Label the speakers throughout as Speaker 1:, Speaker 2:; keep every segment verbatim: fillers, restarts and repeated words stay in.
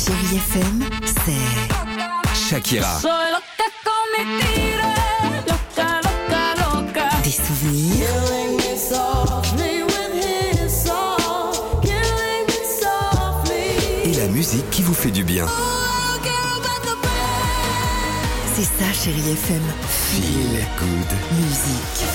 Speaker 1: Chérie F M, c'est
Speaker 2: Shakira.
Speaker 1: Des souvenirs,
Speaker 2: Et la musique qui vous fait du bien.
Speaker 1: c'est ça Chérie F M.
Speaker 2: Feel good.
Speaker 1: Musique.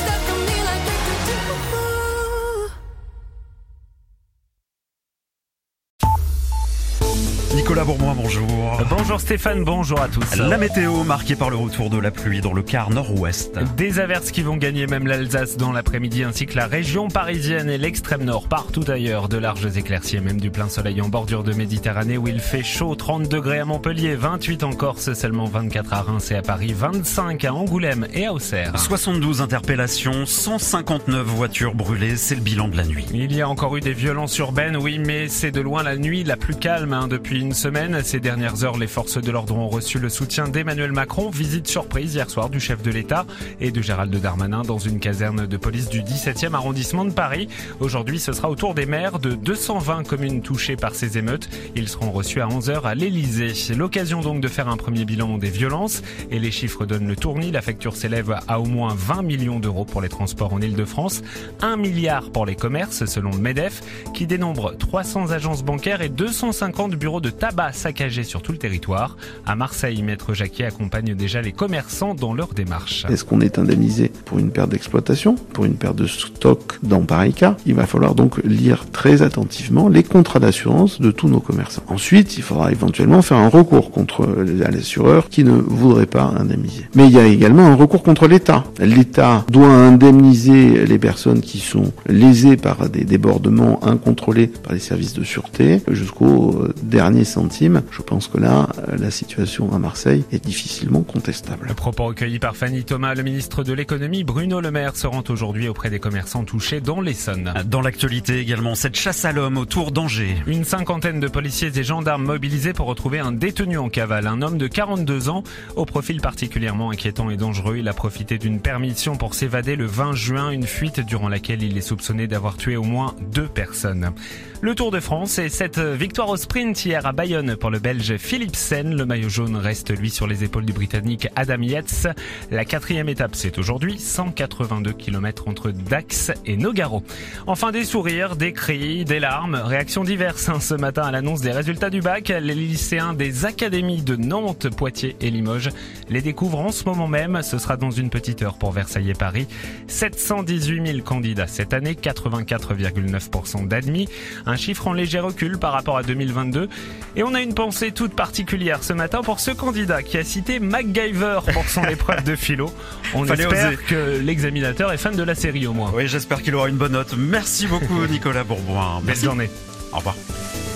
Speaker 3: Nicolas Bourboin, bonjour.
Speaker 4: Bonjour Stéphane, bonjour à tous.
Speaker 3: La météo marquée par le retour de la pluie dans le quart nord-ouest.
Speaker 4: Des averses qui vont gagner même l'Alsace dans l'après-midi ainsi que la région parisienne et l'extrême nord. Partout ailleurs, de larges éclaircies et même du plein soleil en bordure de Méditerranée où il fait chaud. trente degrés à Montpellier, vingt-huit en Corse, seulement vingt-quatre à Reims et à Paris, vingt-cinq à Angoulême et à Auxerre.
Speaker 3: soixante-douze interpellations, cent cinquante-neuf voitures brûlées, c'est le bilan de la nuit.
Speaker 4: Il y a encore eu des violences urbaines, oui, mais c'est de loin la nuit la plus calme hein, depuis une semaine. Ces dernières heures, les forces de l'ordre ont reçu le soutien d'Emmanuel Macron. Visite surprise hier soir du chef de l'État et de Gérald Darmanin dans une caserne de police du dix-septième arrondissement de Paris. Aujourd'hui, ce sera au tour des maires de deux cent vingt communes touchées par ces émeutes. Ils seront reçus à onze heures à l'Élysée. L'occasion donc de faire un premier bilan des violences. Et les chiffres donnent le tournis. La facture s'élève à au moins vingt millions d'euros pour les transports en Ile-de-France. un milliard pour les commerces, selon le MEDEF, qui dénombre trois cents agences bancaires et deux cent cinquante bureaux de tabac saccagés sur tout le territoire. À Marseille, Maître Jacquier accompagne déjà les commerçants dans leur démarche.
Speaker 5: Est-ce qu'on est indemnisé pour une perte d'exploitation, pour une perte de stock dans pareil cas? Il va falloir donc lire très attentivement les contrats d'assurance de tous nos commerçants. Ensuite, il faudra éventuellement faire un recours contre l'assureur qui ne voudrait pas indemniser. Mais il y a également un recours contre l'État. L'État doit indemniser les personnes qui sont lésées par des débordements incontrôlés par les services de sûreté jusqu'au dernier centime. Je pense que là, la situation à Marseille est difficilement contestable.
Speaker 4: Le propos recueilli par Fanny Thomas, le ministre de l'économie, Bruno Le Maire, se rend aujourd'hui auprès des commerçants touchés dans l'Essonne.
Speaker 3: Dans l'actualité également, cette chasse à l'homme autour d'Angers.
Speaker 4: Une cinquantaine de policiers et gendarmes mobilisés pour retrouver un détenu en cavale, un homme de quarante-deux ans, au profil particulièrement inquiétant et dangereux. Il a profité d'une permission pour s'évader le vingt juin, une fuite durant laquelle il est soupçonné d'avoir tué au moins deux personnes. Le Tour de France et cette victoire au sprint hier à Bayonne pour le Belge Philipsen. Le maillot jaune reste lui sur les épaules du Britannique Adam Yates. La quatrième étape, c'est aujourd'hui, cent quatre-vingt-deux kilomètres entre Dax et Nogaro. Enfin des sourires, des cris, des larmes, réactions diverses hein, ce matin à l'annonce des résultats du bac. Les lycéens des académies de Nantes, Poitiers et Limoges les découvrent en ce moment même. Ce sera dans une petite heure pour Versailles et Paris. sept cent dix-huit mille candidats cette année, quatre-vingt-quatre virgule neuf pour cent d'admis. Un chiffre en léger recul par rapport à deux mille vingt-deux. Et on a une pensée toute particulière ce matin pour ce candidat qui a cité MacGyver pour son épreuve de philo. On
Speaker 3: Fallait
Speaker 4: espère
Speaker 3: oser.
Speaker 4: que l'examinateur est fan de la série au moins.
Speaker 3: Oui, j'espère qu'il aura une bonne note. Merci beaucoup Nicolas Bourboin.
Speaker 4: Belle
Speaker 3: Merci.
Speaker 4: journée.
Speaker 3: Au revoir.